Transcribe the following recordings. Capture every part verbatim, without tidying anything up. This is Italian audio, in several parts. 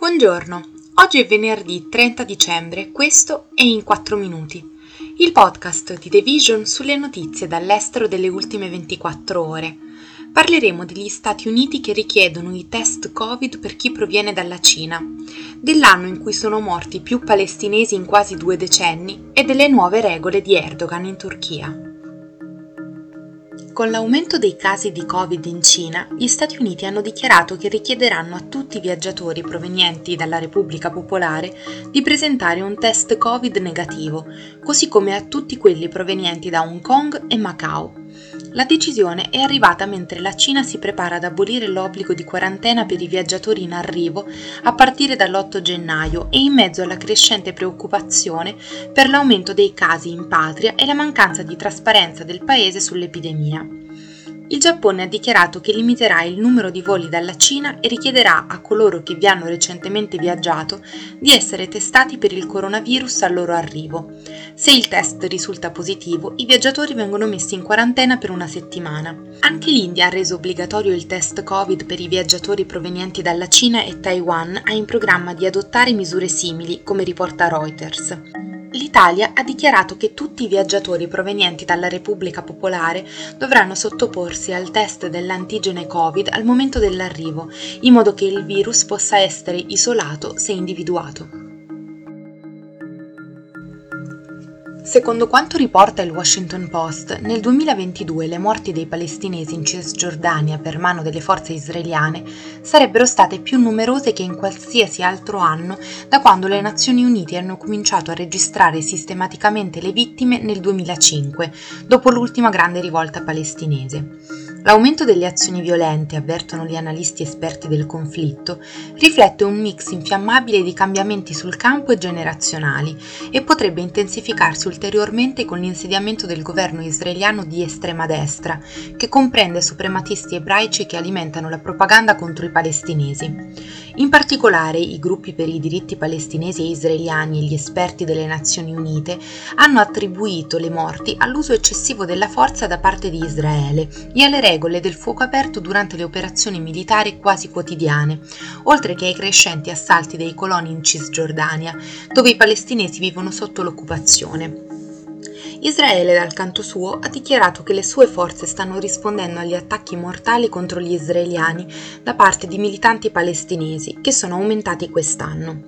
Buongiorno, oggi è venerdì trenta dicembre, questo è In quattro minuti, il podcast di The Vision sulle notizie dall'estero delle ultime ventiquattro ore. Parleremo degli Stati Uniti che richiedono i test Covid per chi proviene dalla Cina, dell'anno in cui sono morti più palestinesi in quasi due decenni e delle nuove regole di Erdogan in Turchia. Con l'aumento dei casi di Covid in Cina, gli Stati Uniti hanno dichiarato che richiederanno a tutti i viaggiatori provenienti dalla Repubblica Popolare di presentare un test Covid negativo, così come a tutti quelli provenienti da Hong Kong e Macao. La decisione è arrivata mentre la Cina si prepara ad abolire l'obbligo di quarantena per i viaggiatori in arrivo a partire dall'otto gennaio e in mezzo alla crescente preoccupazione per l'aumento dei casi in patria e la mancanza di trasparenza del paese sull'epidemia. Il Giappone ha dichiarato che limiterà il numero di voli dalla Cina e richiederà a coloro che vi hanno recentemente viaggiato di essere testati per il coronavirus al loro arrivo. Se il test risulta positivo, i viaggiatori vengono messi in quarantena per una settimana. Anche l'India ha reso obbligatorio il test Covid per i viaggiatori provenienti dalla Cina e Taiwan ha in programma di adottare misure simili, come riporta Reuters. L'Italia ha dichiarato che tutti i viaggiatori provenienti dalla Repubblica Popolare dovranno sottoporsi al test dell'antigene Covid al momento dell'arrivo, in modo che il virus possa essere isolato se individuato. Secondo quanto riporta il Washington Post, nel duemilaventidue le morti dei palestinesi in Cisgiordania per mano delle forze israeliane sarebbero state più numerose che in qualsiasi altro anno da quando le Nazioni Unite hanno cominciato a registrare sistematicamente le vittime nel duemilacinque, dopo l'ultima grande rivolta palestinese. L'aumento delle azioni violente, avvertono gli analisti esperti del conflitto, riflette un mix infiammabile di cambiamenti sul campo e generazionali e potrebbe intensificarsi ulteriormente con l'insediamento del governo israeliano di estrema destra, che comprende suprematisti ebraici che alimentano la propaganda contro i palestinesi. In particolare, i gruppi per i diritti palestinesi e israeliani e gli esperti delle Nazioni Unite hanno attribuito le morti all'uso eccessivo della forza da parte di Israele e alle regole del fuoco aperto durante le operazioni militari quasi quotidiane, oltre che ai crescenti assalti dei coloni in Cisgiordania, dove i palestinesi vivono sotto l'occupazione. Israele, dal canto suo, ha dichiarato che le sue forze stanno rispondendo agli attacchi mortali contro gli israeliani da parte di militanti palestinesi, che sono aumentati quest'anno.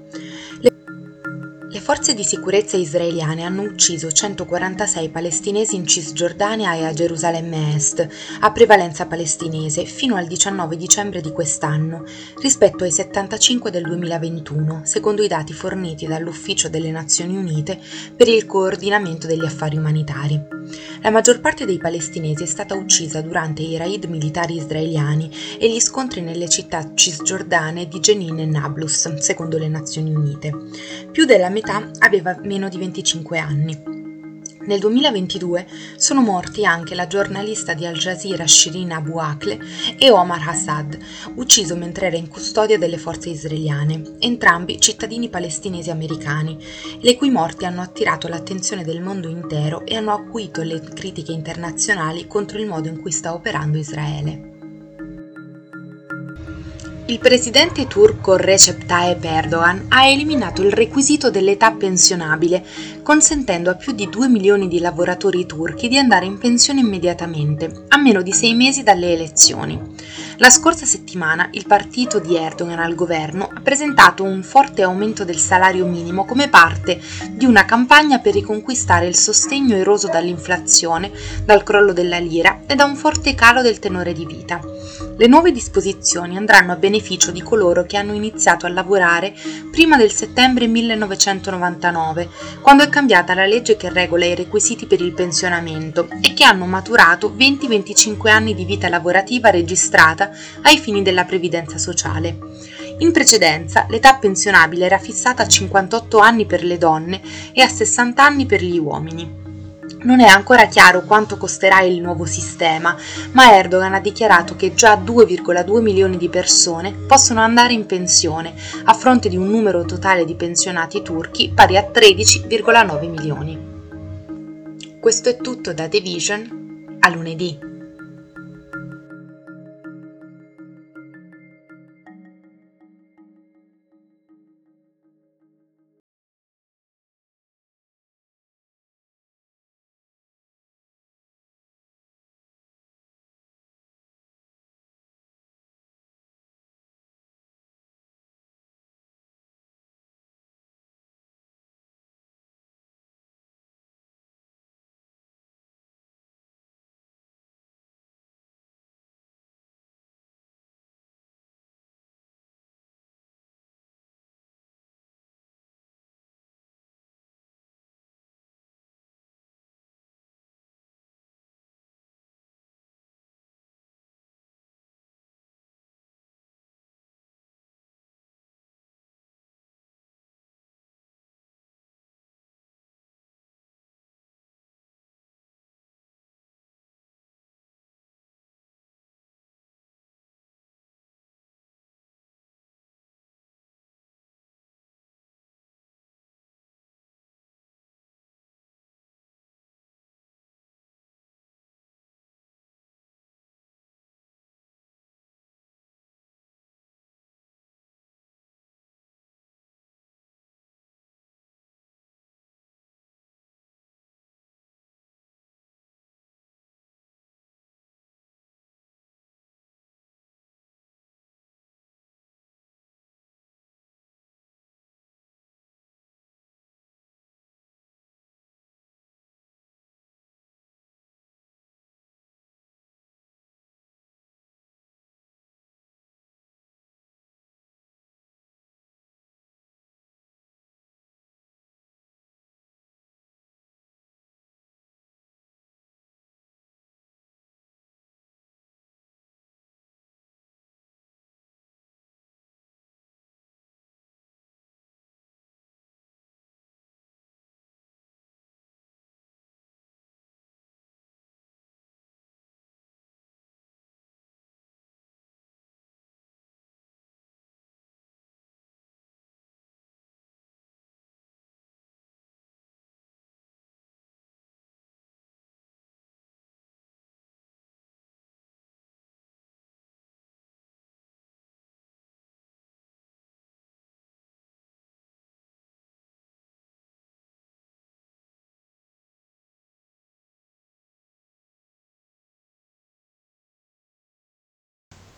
Le forze di sicurezza israeliane hanno ucciso centoquarantasei palestinesi in Cisgiordania e a Gerusalemme Est, a prevalenza palestinese, fino al diciannove dicembre di quest'anno, rispetto ai settantacinque del duemilaventuno, secondo i dati forniti dall'Ufficio delle Nazioni Unite per il coordinamento degli affari umanitari. La maggior parte dei palestinesi è stata uccisa durante i raid militari israeliani e gli scontri nelle città cisgiordane di Jenin e Nablus, secondo le Nazioni Unite. Più della metà aveva meno di venticinque anni. Nel duemilaventidue sono morti anche la giornalista di Al Jazeera Shirin Abu Akleh e Omar Assad, ucciso mentre era in custodia delle forze israeliane, entrambi cittadini palestinesi americani, le cui morti hanno attirato l'attenzione del mondo intero e hanno acuito le critiche internazionali contro il modo in cui sta operando Israele. Il presidente turco Recep Tayyip Erdogan ha eliminato il requisito dell'età pensionabile, consentendo a più di due milioni di lavoratori turchi di andare in pensione immediatamente, a meno di sei mesi dalle elezioni. La scorsa settimana il partito di Erdogan al governo ha presentato un forte aumento del salario minimo come parte di una campagna per riconquistare il sostegno eroso dall'inflazione, dal crollo della lira e da un forte calo del tenore di vita. Le nuove disposizioni andranno a beneficio di coloro che hanno iniziato a lavorare prima del settembre millenovecentonovantanove, quando è cambiata la legge che regola i requisiti per il pensionamento e che hanno maturato venti venticinque anni di vita lavorativa registrata ai fini della previdenza sociale. In precedenza, l'età pensionabile era fissata a cinquantotto anni per le donne e a sessanta anni per gli uomini. Non è ancora chiaro quanto costerà il nuovo sistema, ma Erdogan ha dichiarato che già due virgola due milioni di persone possono andare in pensione, a fronte di un numero totale di pensionati turchi pari a tredici virgola nove milioni. Questo è tutto da The Vision, a lunedì.